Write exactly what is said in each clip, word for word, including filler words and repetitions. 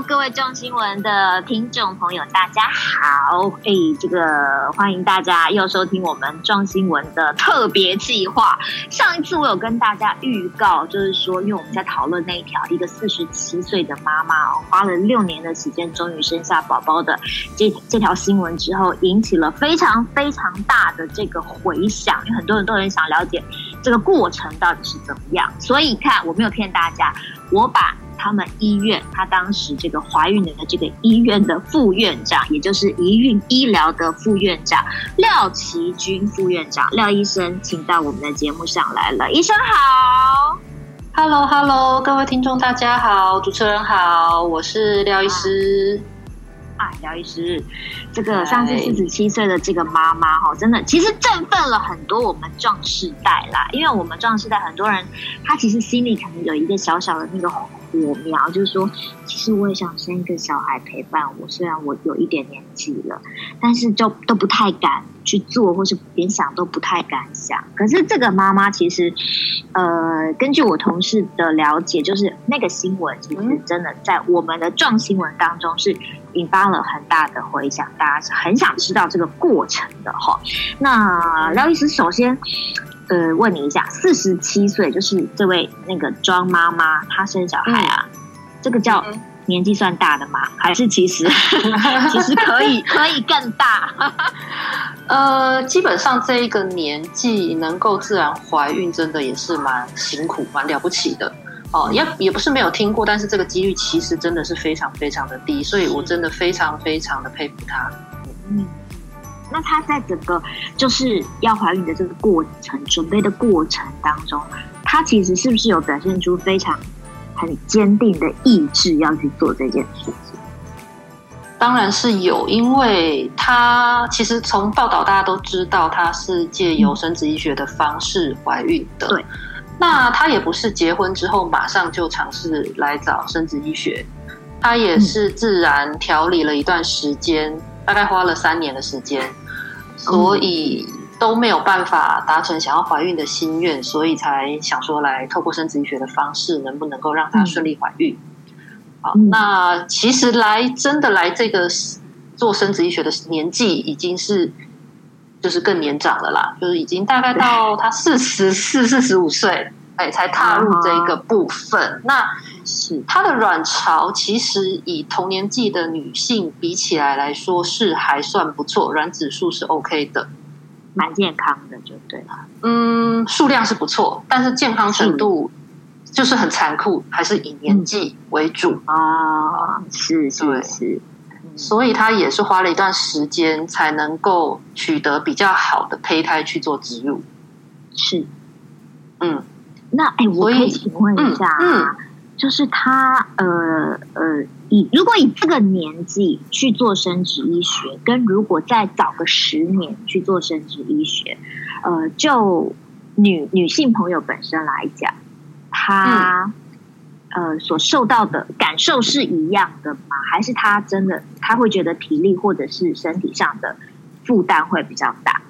各位众新闻的听众朋友，大家好！哎，这个欢迎大家又收听我们众新闻的特别计划。上一次我有跟大家预告，就是说，因为我们在讨论那一条，一个四十七岁的妈妈哦，花了六年的时间，终于生下宝宝的这这条新闻之后，引起了非常非常大的这个回响，因为很多人都很想了解这个过程到底是怎么样。所以看，我没有骗大家，我把他们医院，他当时这个怀孕的这个医院的副院长，也就是宜孕医疗的副院长廖其君副院长廖医生，请到我们的节目上来了。医生好。 Hello Hello， 各位听众大家好，主持人好，我是廖医师。 啊，廖医师，这个上次四十七岁的这个妈妈哈，真的其实振奋了很多我们壮世代啦，因为我们壮世代很多人，他其实心里可能有一个小小的那个火苗，就是说，其实我也想生一个小孩陪伴我，虽然我有一点年纪了，但是就都不太敢去做，或是连想都不太敢想。可是这个妈妈其实，呃，根据我同事的了解，就是那个新闻其实真的在我们的壮新闻当中是引发了很大的回响，大家是很想知道这个过程的哈。那廖医师首先。呃，问你一下，四十七岁就是这位那个庄妈妈，她生小孩啊，嗯、这个叫年纪算大的吗？还是其实其实可以可以更大？ 呃，基本上这一个年纪能够自然怀孕，真的也是蛮辛苦、蛮了不起的哦。也也不是没有听过，但是这个几率其实真的是非常非常的低，所以我真的非常非常的佩服她。 嗯。那她在整个就是要怀孕的这个过程、准备的过程当中，她其实是不是有表现出非常很坚定的意志要去做这件事情？ 当然是有，因为她其实从报道大家都知道，她是借由生殖医学的方式怀孕的。对，那她也不是结婚之后马上就尝试来找生殖医学，她也是自然调理了一段时间，大概花了三年的时间。所以都没有办法达成想要怀孕的心愿，所以才想说来透过生殖医学的方式，能不能够让她顺利怀孕？好，那其实来真的来这个做生殖医学的年纪已经是就是更年长了啦，就是已经大概到她四十四、四十五岁，哎，才踏入这一个部分。那是她的卵巢其实以同年纪的女性比起来来说是还算不错，卵指数是 OK 的， 蛮健康的就对了。 嗯，数量是不错，但是健康程度就是很残酷，还是以年纪为主啊、嗯。是是是， 所以她也是花了一段时间才能够取得比较好的胚胎去做植入。 是，嗯，那哎，我可以请问一下、啊。嗯嗯就是他呃呃，以如果以这个年纪去做生殖医学，跟如果再早个十年去做生殖医学，呃，就女女性朋友本身来讲，她、嗯、呃所受到的感受是一样的吗？还是她真的她会觉得体力或者是身体上的负担会比较大？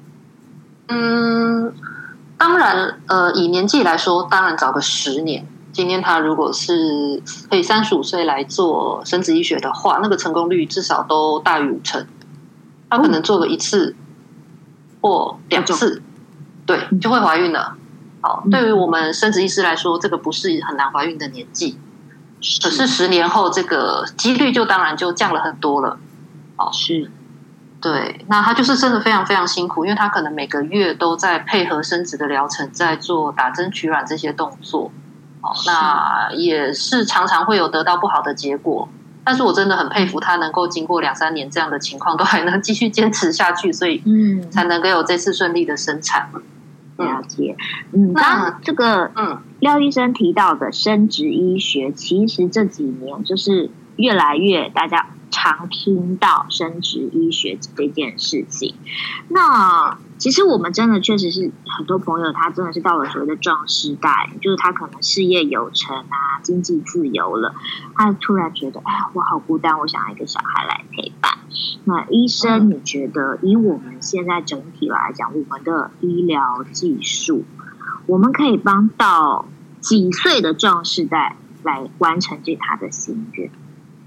嗯，当然，呃，以年纪来说，当然早个十年。今天他如果是可以三十五岁来做生殖医学的话，那个成功率至少都大于五成。他可能做了一次或两次，对，就会怀孕了。好，对于我们生殖医师来说，这个不是很难怀孕的年纪。可是十年后，这个几率就当然就降了很多了。好， 是， 对，那他就是真的非常非常辛苦，因为他可能每个月都在配合生殖的疗程，在做打针取卵这些动作。那也是常常会有得到不好的结果，但是我真的很佩服他能够经过两三年这样的情况都还能继续坚持下去，所以嗯，才能够有这次顺利的生产。 了解，嗯，刚这个嗯，廖医生提到的生殖医学，其实这几年就是越来越大家常听到生殖医学这件事情。那其实我们真的确实是很多朋友，他真的是到了所谓的壮世代，就是他可能事业有成啊，经济自由了，他突然觉得，哎，我好孤单，我想要一个小孩来陪伴。那医生，你觉得以我们现在整体来讲，我们的医疗技术，我们可以帮到几岁的壮世代来完成这他的心愿？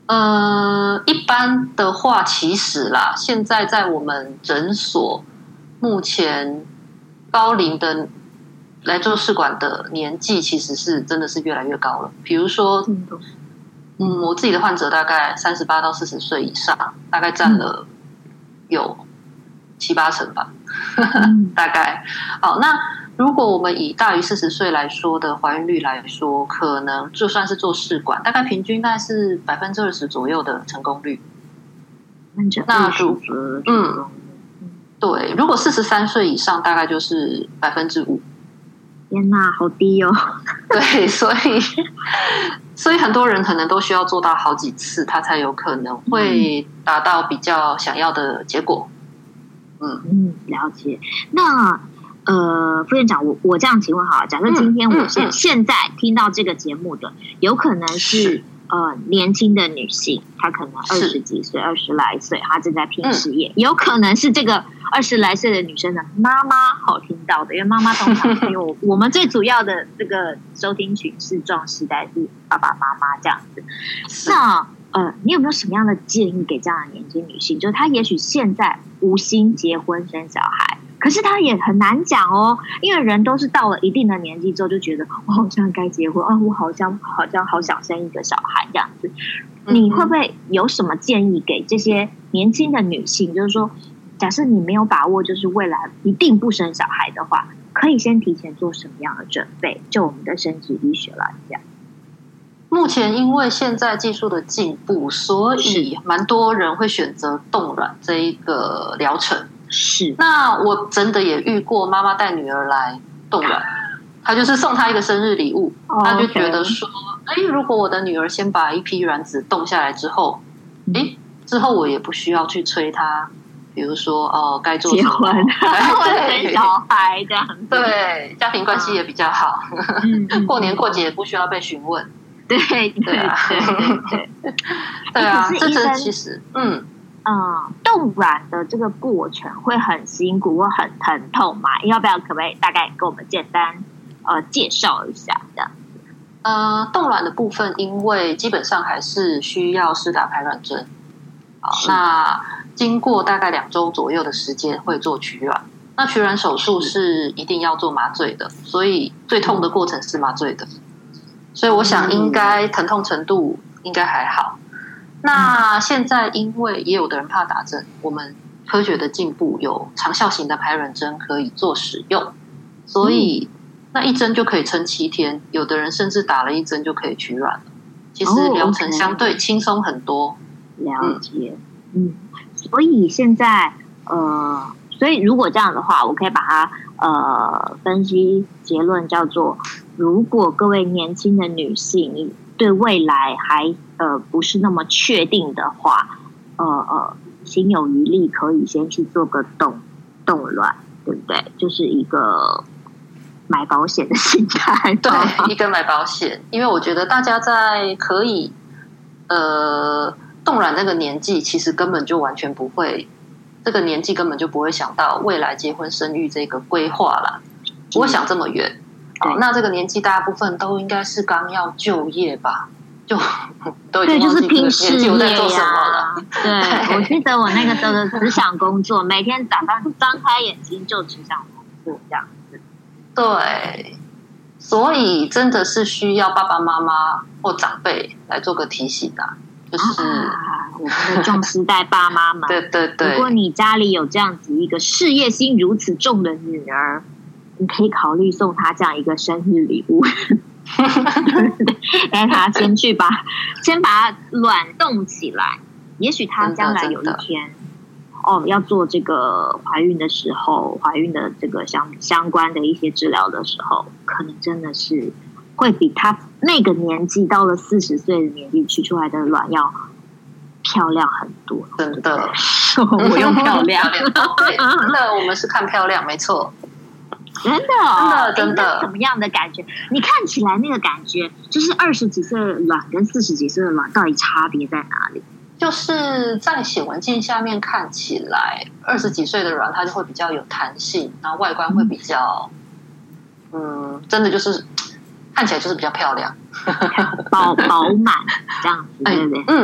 呃，一般的话，其实啦，现在在我们诊所，目前高龄的来做试管的年纪，其实是真的是越来越高了。比如说，嗯，我自己的患者大概三十八到四十岁以上，大概占了有七八成吧，嗯、大概。好，那如果我们以大于四十岁来说的怀孕率来说，可能就算是做试管，大概平均大概是百分之二十左右的成功率。 那如嗯，对，如果四十三岁以上，大概就是百分之五。 天哪，好低哦！ 对，所以所以很多人可能都需要做到好几次，他才有可能会达到比较想要的结果。 嗯嗯，了解。那呃，副院长，我我这样请问好了，假设今天我现、嗯嗯、现在听到这个节目的，有可能是呃年轻的女性，她可能二十几岁、二十来岁，她正在拼事业，嗯、有可能是这个二十来岁的女生的妈妈，好听到的，因为妈妈通常因为我我们最主要的这个收听群是壮世代，是爸爸妈妈这样子。那呃，你有没有什么样的建议给这样的年轻女性？就是她也许现在无心结婚生小孩。可是他也很难讲哦，因为人都是到了一定的年纪之后，就觉得我好像该结婚啊，我好像好像好想生一个小孩这样子。你会不会有什么建议给这些年轻的女性？就是说，假设你没有把握，就是未来一定不生小孩的话，可以先提前做什么样的准备？就我们的生殖医学来讲， 目前因为现在技术的进步，所以蛮多人会选择冻卵这一个疗程。 是， 那我真的也遇过妈妈带女儿来冻卵，她就是送她一个生日礼物，她就觉得说，哎、okay. ，如果我的女儿先把一批卵子冻下来之后，哎，之后我也不需要去催她，比如说哦，该做结婚、生小孩这样子， 对，家庭关系也比较好，嗯、过年过节也不需要被询问， 对对啊，对对对， 对啊，这这其实，嗯。 嗯，冻卵的这个过程会很辛苦，会很疼痛嘛？要不要可不可以大概给我们简单呃介绍一下这样子？ 呃，冻卵的部分，因为基本上还是需要施打排卵针，好，那经过大概两周左右的时间会做取卵。那取卵手术是一定要做麻醉的，所以最痛的过程是麻醉的，所以我想应该疼痛程度应该还好。那现在因为也有的人怕打针，我们科学的进步有长效型的排卵针可以做使用，所以那一针就可以撑七天，有的人甚至打了一针就可以取卵了。其实疗程相对轻松很多。 了解，嗯，所以现在呃，所以如果这样的话，我可以把它呃分析结论叫做：如果各位年轻的女性对未来还呃不是那么确定的话，呃呃，心有余力可以先去做个冻冻卵，对不对？就是一个买保险的心态， 对，一个买保险。因为我觉得大家在可以呃冻卵那个年纪，其实根本就完全不会，这个年纪根本就不会想到未来结婚生育这个规划啦，不会想这么远。哦，那这个年纪大部分都应该是刚要就业吧，就都已经忘记这个年纪我在做什么了。 对，我记得我那个时候的只想工作，每天早上张开眼睛就只想工作这样子。 对，所以真的是需要爸爸妈妈或长辈来做个提醒啊，就是、 啊、我们的壮世代爸妈们， 对对对， 如果你家里有这样子一个事业心如此重的女儿，你可以考虑送她这样一个生日礼物，让她先去把先把卵冻起来，也许她将来有一天哦要做这个怀孕的时候，怀孕的这个相相关的一些治疗的时候，可能真的是会比她那个年纪到了四十岁的年纪取出来的卵要漂亮很多。 真的， 我用漂亮， 对，真的，我们是看漂亮，没错。 真的、哦， 真的，真的， 怎么样的感觉？你看起来那个感觉，就是二十几岁的卵跟四十几岁的卵到底差别在哪里？ 就是在显微镜下面看起来，二十几岁的卵它就会比较有弹性，然后外观会比较，嗯，真的就是看起来就是比较漂亮， 饱饱满这样子，对不对？ 嗯，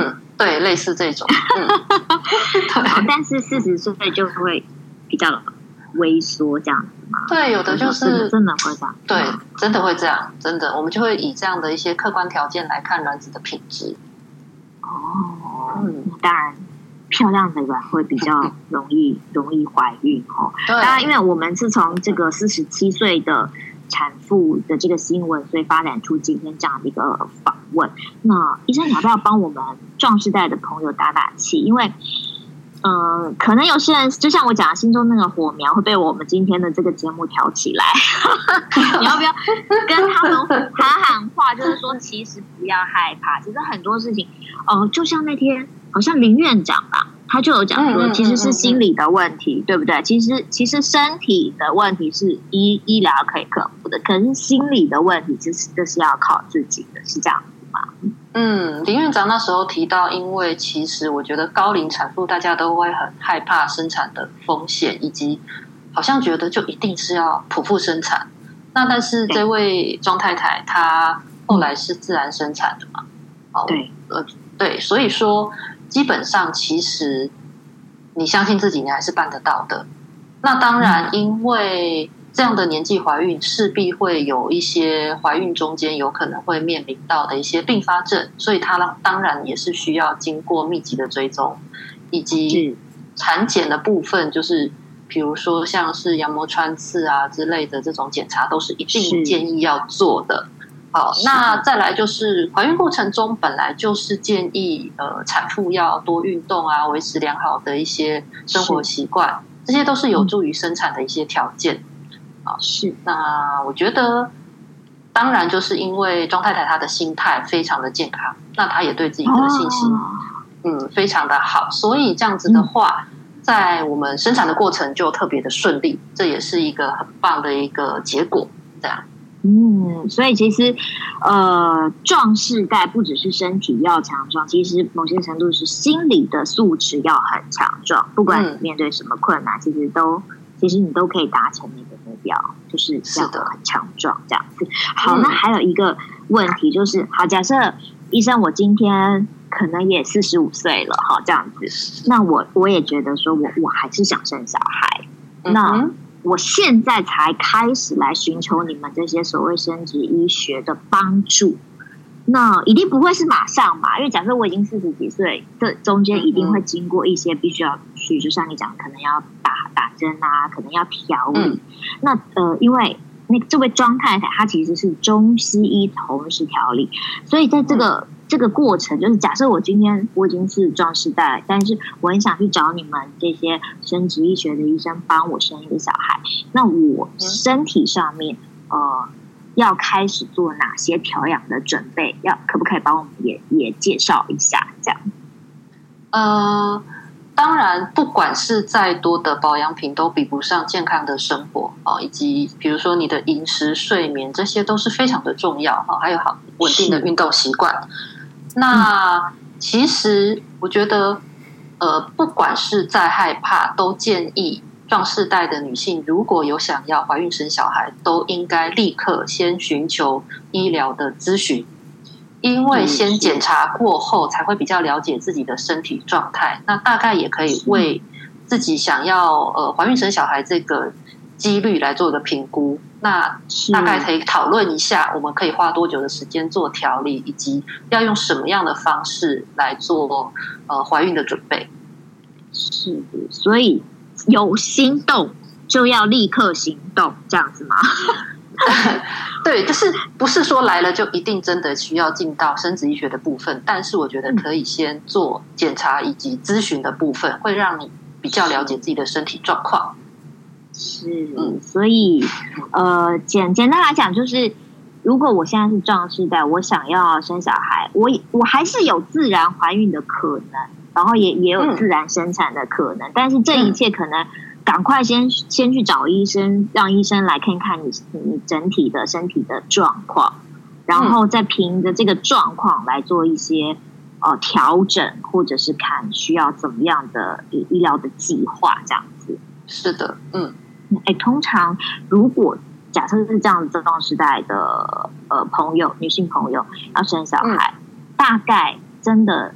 对，类似这种。嗯， 对，但是四十岁就会比较萎缩这样子吗？ 对，有的就是真的会这样。 对，真的会这样，真的，我们就会以这样的一些客观条件来看卵子的品质。 哦，嗯，当然。漂亮的卵会比较容易容易怀孕哦。当然，因为我们是从这个四十七岁的产妇的这个新闻，所以发展出今天这样的一个访问。那医生，你要不要帮我们壮世代的朋友打打气？因为，嗯、呃，可能有些人就像我讲的，心中那个火苗会被我们今天的这个节目挑起来。你要不要跟他们喊喊话？就是说，其实不要害怕，其实很多事情，哦、呃，就像那天。好像林院长吧，他就有讲说，其实是心理的问题，嗯嗯嗯嗯对不对？其实其实身体的问题是医医疗可以克服的，可是心理的问题就是这是要靠自己的，是这样子吗？ 嗯，林院长那时候提到，因为其实我觉得高龄产妇大家都会很害怕生产的风险，以及好像觉得就一定是要剖腹生产。那但是这位庄太太她后来是自然生产的嘛？哦， 对， 呃，对，所以说。基本上，其实你相信自己，你还是办得到的。那当然，因为这样的年纪怀孕，势必会有一些怀孕中间有可能会面临到的一些并发症，所以它当然也是需要经过密集的追踪，以及产检的部分，就是比如说像是羊膜穿刺啊之类的这种检查，都是一定建议要做的。好，那再来就是怀孕过程中本来就是建议呃产妇要多运动啊，维持良好的一些生活习惯，这些都是有助于生产的一些条件。啊， 是。 那我觉得，当然就是因为庄太太她的心态非常的健康，那她也对自己的信心，哦、嗯非常的好，所以这样子的话，嗯、在我们生产的过程就特别的顺利，这也是一个很棒的一个结果。这样。 嗯，所以其实，呃，壮世代不只是身体要强壮，其实某些程度是心理的素质要很强壮。不管你面对什么困难，嗯、其实都，其实你都可以达成那个目标，就是要很强壮这样子。好，嗯、那还有一个问题就是，好，假设医生，我今天可能也四十五岁了，好，这样子，那我我也觉得说我我还是想生小孩，嗯、那。我现在才开始来寻求你们这些所谓生殖医学的帮助，那一定不会是马上嘛？因为假设我已经四十几岁，这中间一定会经过一些必须要去，就像你讲，可能要打打针啊，可能要调理。嗯、那呃，因为那这位庄太太她其实是中西医同时调理，所以在这个。嗯这个过程就是，假设我今天我已经是壮世代，但是我很想去找你们这些生殖医学的医生帮我生一个小孩，那我身体上面呃要开始做哪些调养的准备？要可不可以帮我们也也介绍一下？这样？ 呃，当然，不管是再多的保养品，都比不上健康的生活啊、哦，以及比如说你的饮食、睡眠，这些都是非常的重要哈、哦，还有好稳定的运动习惯。那其实我觉得，呃，不管是再害怕，都建议壮世代的女性，如果有想要怀孕生小孩，都应该立刻先寻求医疗的咨询，因为先检查过后，才会比较了解自己的身体状态。那大概也可以为自己想要呃怀孕生小孩这个几率来做一个评估。那大概可以讨论一下，我们可以花多久的时间做调理，以及要用什么样的方式来做呃怀孕的准备。 是，所以有心动就要立刻行动，这样子吗？ 对，就是不是说来了就一定真的需要进到生殖医学的部分，但是我觉得可以先做检查以及咨询的部分，会让你比较了解自己的身体状况。 是，所以呃，简简单来讲，就是如果我现在是壮世代，我想要生小孩，我我还是有自然怀孕的可能，然后也也有自然生产的可能，嗯、但是这一切可能赶快先先去找医生，让医生来看看你你整体的身体的状况，然后再凭着这个状况来做一些呃调整，或者是看需要怎么样的医疗的计划，这样子。 是的，嗯。 哎，通常如果假设是这样子，壮世代的呃朋友，女性朋友要生小孩，嗯、大概真的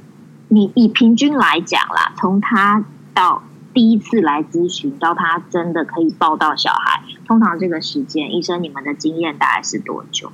你以平均来讲啦，从他到第一次来咨询到他真的可以抱到小孩，通常这个时间，医生你们的经验大概是多久？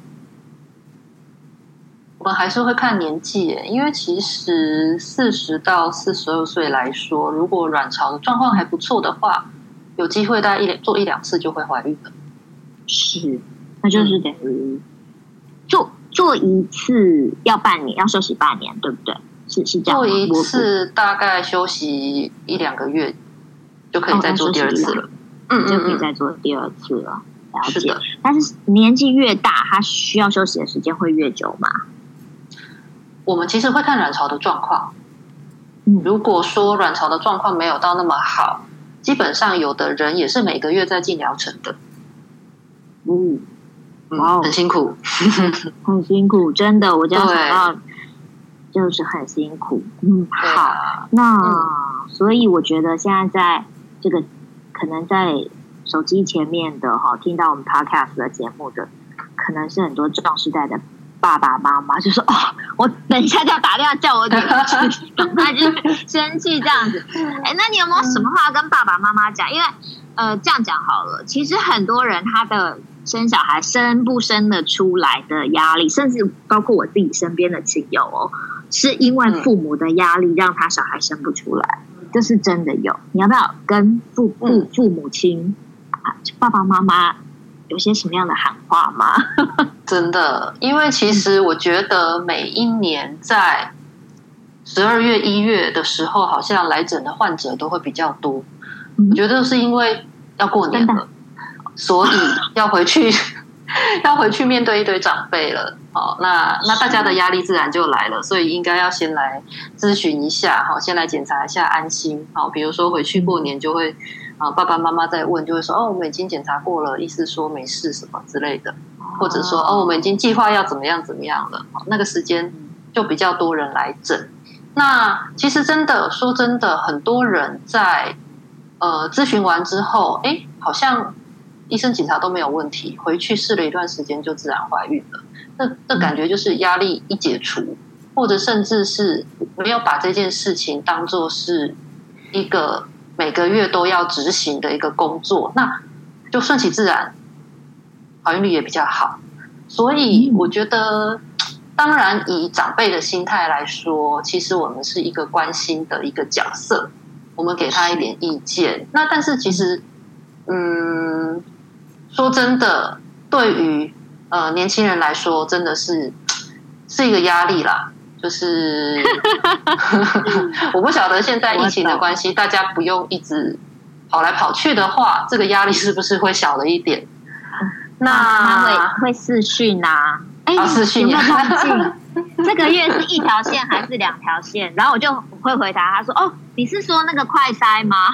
我们还是会看年纪耶，因为其实四十到四十二岁来说，如果卵巢的状况还不错的话，有机会大概一做一两次就会怀孕了。 是，那就是等于做做一次要半年，要休息半年，对不对？是是这样吗？ 做一次大概休息一两个月，就可以再做第二次了。 嗯，就可以再做第二次了。了解。 是的。 但是年纪越大，他需要休息的时间会越久吗？ 我们其实会看卵巢的状况。 嗯， 如果说卵巢的状况没有到那么好，基本上有的人也是每个月在进疗程的。 嗯，哇、 嗯，很辛苦， 很辛苦，真的，我这样想到就是很辛苦。嗯，好，啊、那、嗯、所以我觉得现在在这个可能在手机前面的哈，听到我们 podcast 的节目的，可能是很多壮世代的爸爸妈妈就说哦，我等一下就要打电话叫我女儿去，赶快就生气这样子。哎，那你有没有什么话跟爸爸妈妈讲？因为呃，这样讲好了，其实很多人他的生小孩生不生得出来的压力，甚至包括我自己身边的亲友哦，是因为父母的压力让他小孩生不出来，这是真的有。你要不要跟父父父母亲、啊、爸爸妈妈有些什么样的喊话吗？ 真的，因为其实我觉得每一年在十二月、一月的时候，好像来诊的患者都会比较多。嗯、我觉得是因为要过年了，所以要回去要回去面对一堆长辈了。好，那那大家的压力自然就来了，所以应该要先来咨询一下，好，先来检查一下安心。好，比如说回去过年就会。啊，爸爸妈妈在问，就会说哦，我们已经检查过了，意思说没事什么之类的，或者说哦，我们已经计划要怎么样怎么样了。那个时间就比较多人来诊。那其实真的说真的，很多人在呃咨询完之后，哎，好像医生检查都没有问题，回去试了一段时间就自然怀孕了。那这感觉就是压力一解除，或者甚至是没有把这件事情当作是一个。每个月都要执行的一个工作，那就顺其自然，怀孕率也比较好。所以我觉得，当然以长辈的心态来说，其实我们是一个关心的一个角色，我们给他一点意见。那但是其实，嗯，说真的，对于呃年轻人来说，真的是是一个压力啦。就是我不晓得现在疫情的关系，大家不用一直跑来跑去的话，这个压力是不是会小了一点？ 那会会视讯啊？哎、欸，视讯有没有忘记？这个月是一条线还是两条线？然后我就会回答他说：“哦，你是说那个快筛吗？”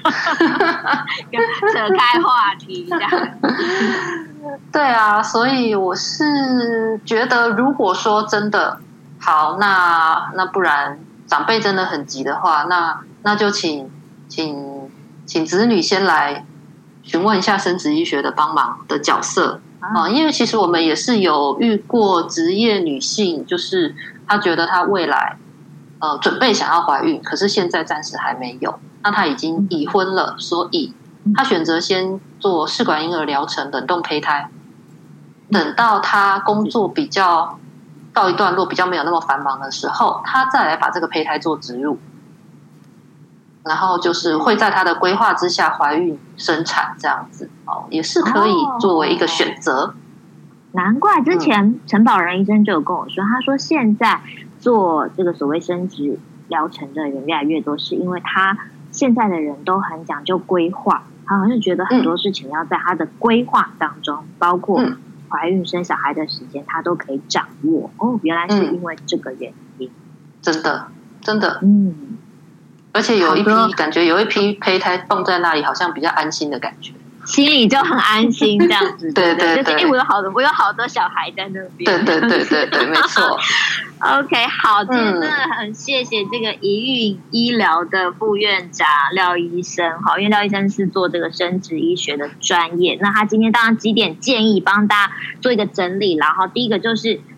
扯开话题这样。 对啊，所以我是觉得，如果说真的。好，那那不然长辈真的很急的话，那那就请请请子女先来询问一下生殖医学的帮忙的角色啊、呃，因为其实我们也是有遇过职业女性，就是她觉得她未来呃准备想要怀孕，可是现在暂时还没有，那她已经已婚了，所以她选择先做试管婴儿疗程，冷冻胚胎，等到她工作比较。到一段落比较没有那么繁忙的时候，他再来把这个胚胎做植入，然后就是会在他的规划之下怀孕生产这样子哦，也是可以作为一个选择。哦、 难怪之前陈宝仁医生就有跟我说，他说现在做这个所谓生殖疗程的人越来越多，是因为他现在的人都很讲究规划，他好像觉得很多事情要在他的规划当中，嗯、包括。嗯怀孕生小孩的时间，他都可以掌握。哦，原来是因为这个原因，嗯、 真的，真的， 嗯， 而且有一批感觉，有一批胚胎放在那里，好像比较安心的感觉， 心里就很安心，这样子， 对对对， 就是哎、欸，我有好多，我有好多小孩在那边， 对对对对对，没错。 OK， 好，今天真的很谢谢这个宜蘊医疗的副院长廖医生，好，因为廖医生是做这个生殖医学的专业，那他今天当然几点建议帮大家做一个整理，然后第一个就是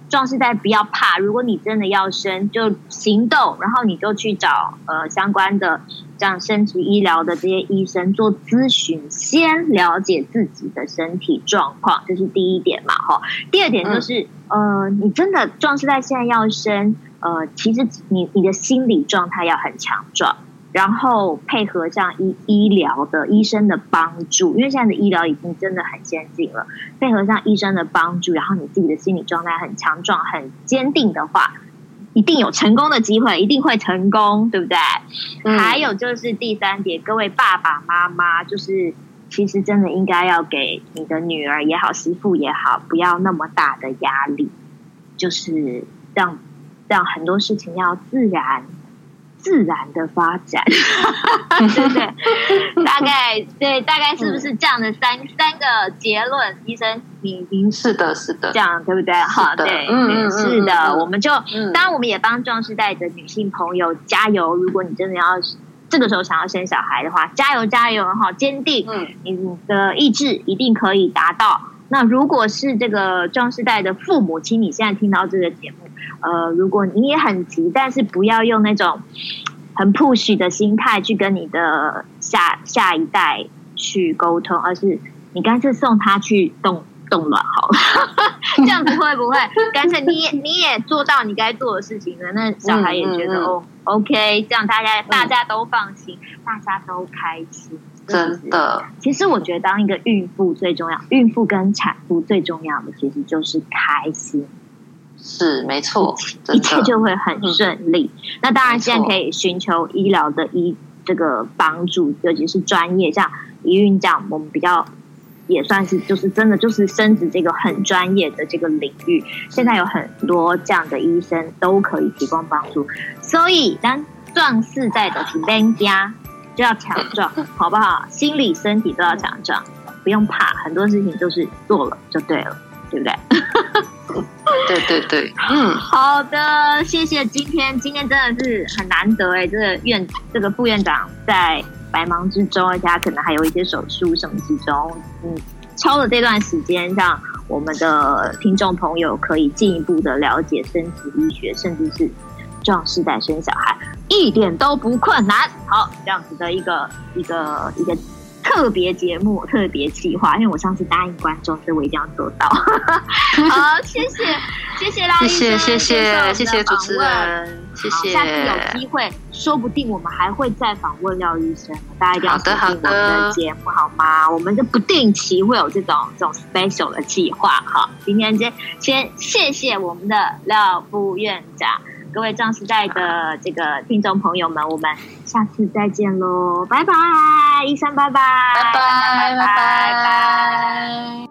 壮世代不要怕，如果你真的要生，就行动，然后你就去找呃相关的这样生殖医疗的这些医生做咨询，先了解自己的身体状况，这是第一点嘛，哈。第二点就是、嗯、呃，你真的壮世代现在要生，呃，其实你你的心理状态要很强壮。然后配合上医医疗的医生的帮助，因为现在的医疗已经真的很先进了，配合上医生的帮助，然后你自己的心理状态很强壮、很坚定的话，一定有成功的机会，一定会成功，对不对？嗯、还有就是第三点，各位爸爸妈妈，就是其实真的应该要给你的女儿也好、媳妇也好，不要那么大的压力，就是让让很多事情要自然。自然的发展，对不对？大概对，大概是不是这样的三、嗯、三个结论？医生，你您是的，是的， 这样对不对？好，对，嗯，是的，嗯、我们就、嗯、当然我们也帮壮世代的女性朋友加油。如果你真的要这个时候想要生小孩的话，加油加油哈，坚定，嗯，你的意志一定可以达到。那如果是这个壮世代的父母亲，你现在听到这个节目。呃，如果你也很急，但是不要用那种很 push 的心态去跟你的下下一代去沟通，而是你干脆送他去冻冻卵好了，这样子会不会？干脆你也你也做到你该做的事情了，那小孩也觉得、嗯嗯、哦 ，OK， 这样大家大家都放心，嗯、大家都开心。 真的， 其实我觉得当一个孕妇最重要，孕妇跟产妇最重要的其实就是开心。 是没错， 一切就会很顺利。嗯、那当然，现在可以寻求医疗的医这个帮助，尤其是专业，像宜孕这样，我们比较也算是就是真的就是生殖这个很专业的这个领域，现在有很多这样的医生都可以提供帮助。所以，当壮世代的是人家就要强壮，好不好？心理、身体都要强壮，不用怕，很多事情就是做了就对了，对不对？ 对对对，嗯， 好的，谢谢。今天今天真的是很难得哎，这个院这个副院长在百忙之中，而且他可能还有一些手术什么之中，嗯，抽了这段时间，让我们的听众朋友可以进一步的了解生殖医学，甚至是壮世代生小孩，一点都不困难。好，这样子的一个一个一个。特别节目、特别企划，因为我上次答应观众，所以我一定要做到。好，谢谢，谢谢啦， 谢谢，谢谢，谢谢主持人，谢谢。 下次有机会，说不定我们还会再访问廖医生，大家一定要锁定我们的节目，好吗？我们就不定期会有这种这种 special 的企划。好，今天先先谢谢我们的廖副院长。各位壮世代的这个听众朋友们，我们下次再见喽，拜拜，医生，拜拜， 拜拜，拜拜，拜拜。